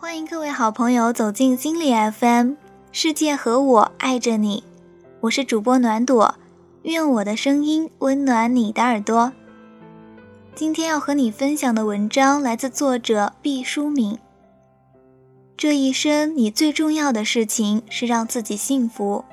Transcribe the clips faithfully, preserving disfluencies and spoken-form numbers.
欢迎各位好朋友走进心理 F M， 世界和我爱着你，我是主播暖朵，愿我的声音温暖你的耳朵。今天要和你分享的文章来自作者毕淑敏。这一生你最重要的事情是让自己幸福。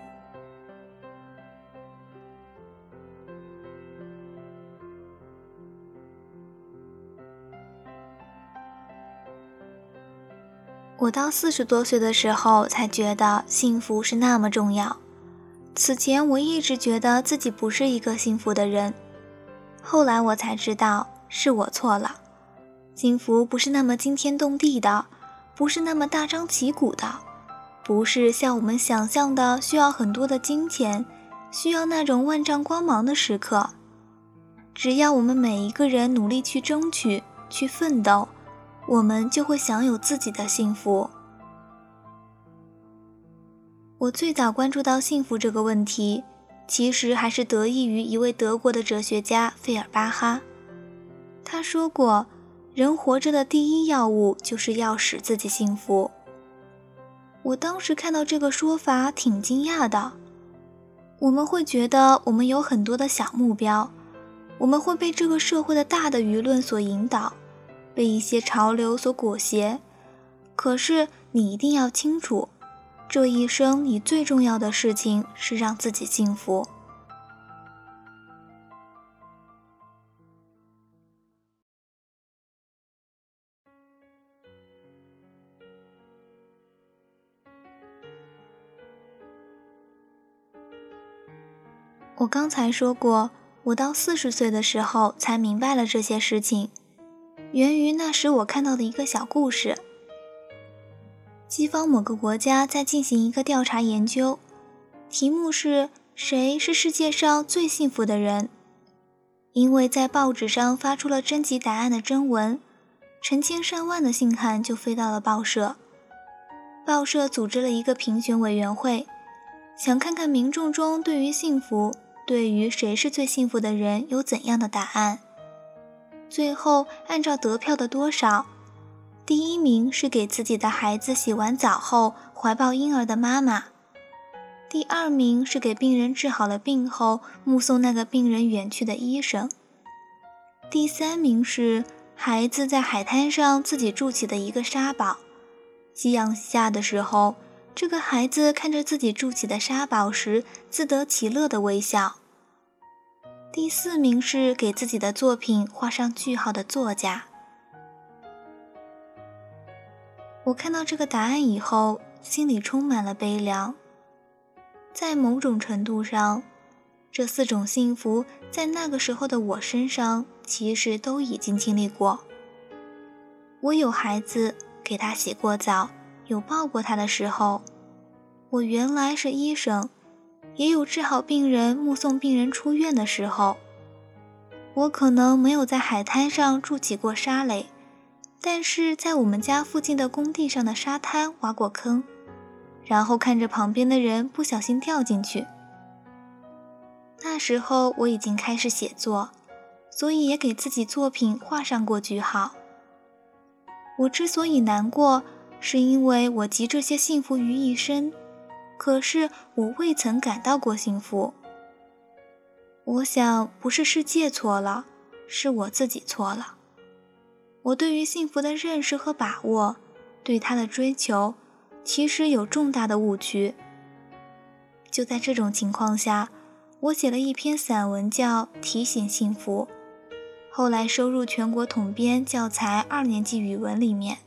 我到四十多岁的时候才觉得幸福是那么重要。此前我一直觉得自己不是一个幸福的人，后来我才知道是我错了。幸福不是那么惊天动地的，不是那么大张旗鼓的，不是像我们想象的需要很多的金钱，需要那种万丈光芒的时刻。只要我们每一个人努力去争取，去奋斗，我们就会享有自己的幸福。我最早关注到幸福这个问题，其实还是得益于一位德国的哲学家费尔巴哈。他说过，人活着的第一要务就是要使自己幸福。我当时看到这个说法挺惊讶的。我们会觉得我们有很多的小目标，我们会被这个社会的大的舆论所引导，被一些潮流所裹挟。可是你一定要清楚，这一生你最重要的事情是让自己幸福。我刚才说过，我到四十岁的时候才明白了这些事情，源于那时我看到的一个小故事。西方某个国家在进行一个调查研究，题目是谁是世界上最幸福的人。因为在报纸上发出了征集答案的征文，成千上万的信函就飞到了报社。报社组织了一个评选委员会，想看看民众中对于幸福，对于谁是最幸福的人有怎样的答案。最后按照得票的多少，第一名是给自己的孩子洗完澡后怀抱婴儿的妈妈，第二名是给病人治好了病后目送那个病人远去的医生，第三名是孩子在海滩上自己筑起的一个沙堡，夕阳下的时候，这个孩子看着自己筑起的沙堡时自得其乐的微笑。第四名是给自己的作品画上句号的作家。我看到这个答案以后，心里充满了悲凉。在某种程度上，这四种幸福在那个时候的我身上其实都已经经历过。我有孩子，给他洗过澡，有抱过他的时候。我原来是医生，也有治好病人，目送病人出院的时候。我可能没有在海滩上筑起过沙垒，但是在我们家附近的工地上的沙滩挖过坑，然后看着旁边的人不小心掉进去。那时候我已经开始写作，所以也给自己作品画上过句号。我之所以难过，是因为我集这些幸福于一身，可是我未曾感到过幸福。我想不是世界错了，是我自己错了。我对于幸福的认识和把握，对它的追求，其实有重大的误区。就在这种情况下，我写了一篇散文叫《提醒幸福》，后来收入全国统编教材二年级语文里面。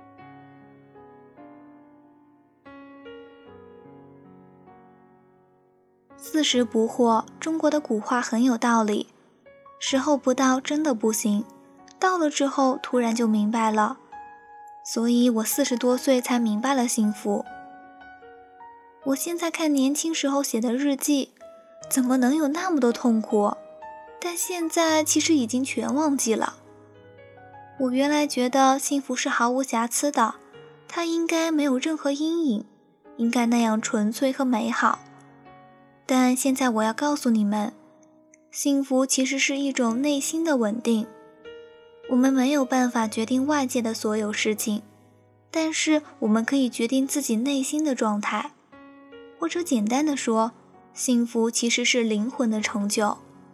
四十不惑，中国的古话很有道理，时候不到真的不行，到了之后突然就明白了。所以我四十多岁才明白了幸福。我现在看年轻时候写的日记，怎么能有那么多痛苦？但现在其实已经全忘记了。我原来觉得幸福是毫无瑕疵的，它应该没有任何阴影，应该那样纯粹和美好。但现在我要告诉你们，幸福其实是一种内心的稳定。我们没有办法决定外界的所有事情， 但是我们可以决定自己内心的状态，或者简单的说，幸福其实是灵魂的成就。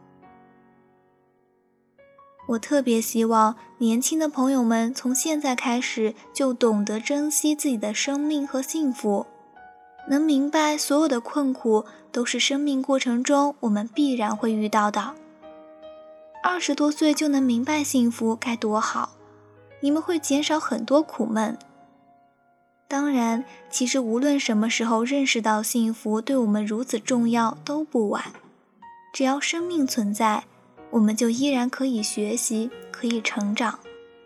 我特别希望年轻的朋友们从现在开始就懂得珍惜自己的生命和幸福，能明白所有的困苦都是生命过程中我们必然会遇到的。二十多岁就能明白幸福该多好，你们会减少很多苦闷。当然，其实无论什么时候认识到幸福对我们如此重要都不晚，只要生命存在，我们就依然可以学习，可以成长。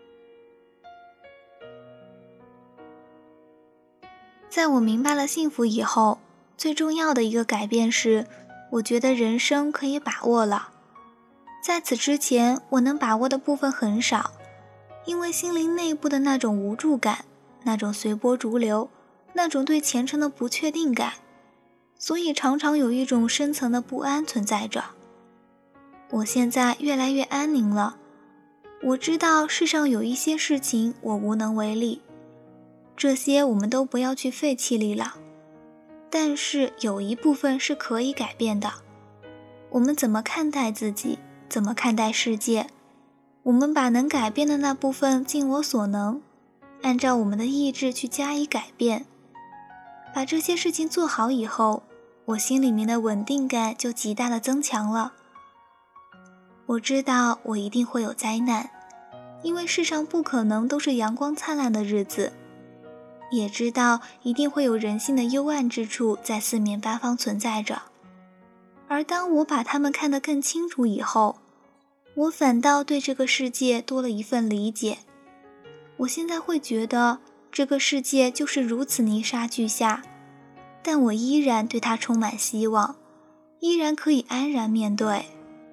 在我明白了幸福以后，最重要的一个改变是，我觉得人生可以把握了。在此之前，我能把握的部分很少，因为心灵内部的那种无助感，那种随波逐流，那种对前程的不确定感，所以常常有一种深层的不安存在着。我现在越来越安宁了，我知道世上有一些事情我无能为力，这些我们都不要去废气力了，但是有一部分是可以改变的。我们怎么看待自己，怎么看待世界，我们把能改变的那部分尽我所能，按照我们的意志去加以改变。把这些事情做好以后，我心里面的稳定感就极大的增强了。我知道我一定会有灾难，因为世上不可能都是阳光灿烂的日子，也知道一定会有人性的幽暗之处在四面八方存在着。而当我把它们看得更清楚以后，我反倒对这个世界多了一份理解。我现在会觉得这个世界就是如此泥沙俱下，但我依然对它充满希望，依然可以安然面对。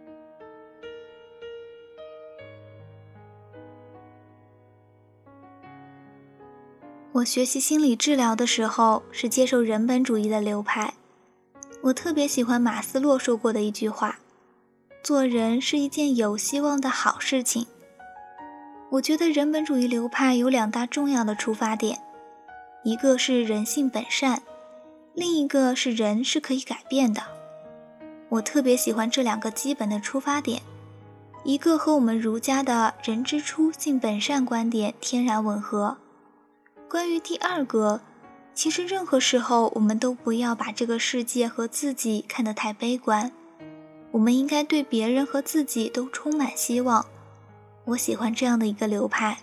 我学习心理治疗的时候是接受人本主义的流派，我特别喜欢马斯洛说过的一句话，做人是一件有希望的好事情。我觉得人本主义流派有两大重要的出发点，一个是人性本善，另一个是人是可以改变的。我特别喜欢这两个基本的出发点，一个和我们儒家的人之初性本善观点天然吻合。关于第二个，其实任何时候我们都不要把这个世界和自己看得太悲观，我们应该对别人和自己都充满希望。我喜欢这样的一个流派。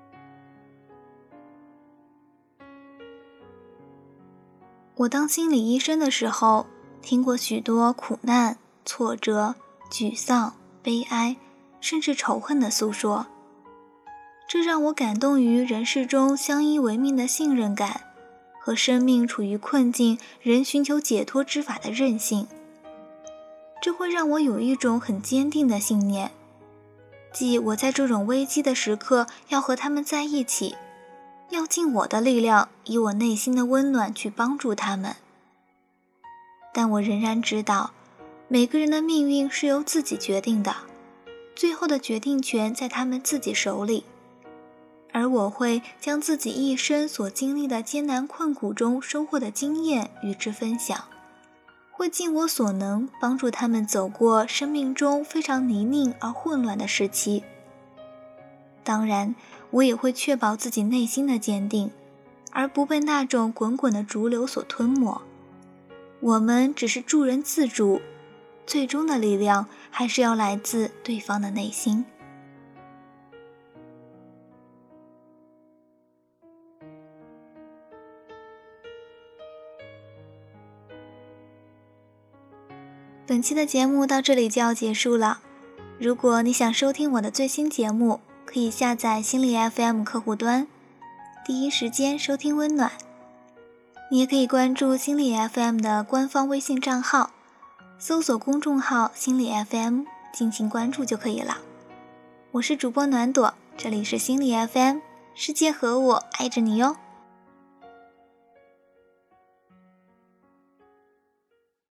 我当心理医生的时候，听过许多苦难、挫折、沮丧、悲哀，甚至仇恨的诉说。这让我感动于人世中相依为命的信任感，和生命处于困境人寻求解脱之法的韧性。这会让我有一种很坚定的信念，即我在这种危机的时刻要和他们在一起，要尽我的力量，以我内心的温暖去帮助他们。但我仍然知道，每个人的命运是由自己决定的，最后的决定权在他们自己手里。而我会将自己一生所经历的艰难困苦中收获的经验与之分享，会尽我所能帮助他们走过生命中非常泥泞而混乱的时期。当然，我也会确保自己内心的坚定，而不被那种滚滚的逐流所吞没。我们只是助人自助，最终的力量还是要来自对方的内心。本期的节目到这里就要结束了。如果你想收听我的最新节目，可以下载心理 F M 客户端，第一时间收听温暖。你也可以关注心理 F M 的官方微信账号，搜索公众号心理 F M 进行关注就可以了。我是主播暖朵，这里是心理 F M， 世界和我爱着你哟。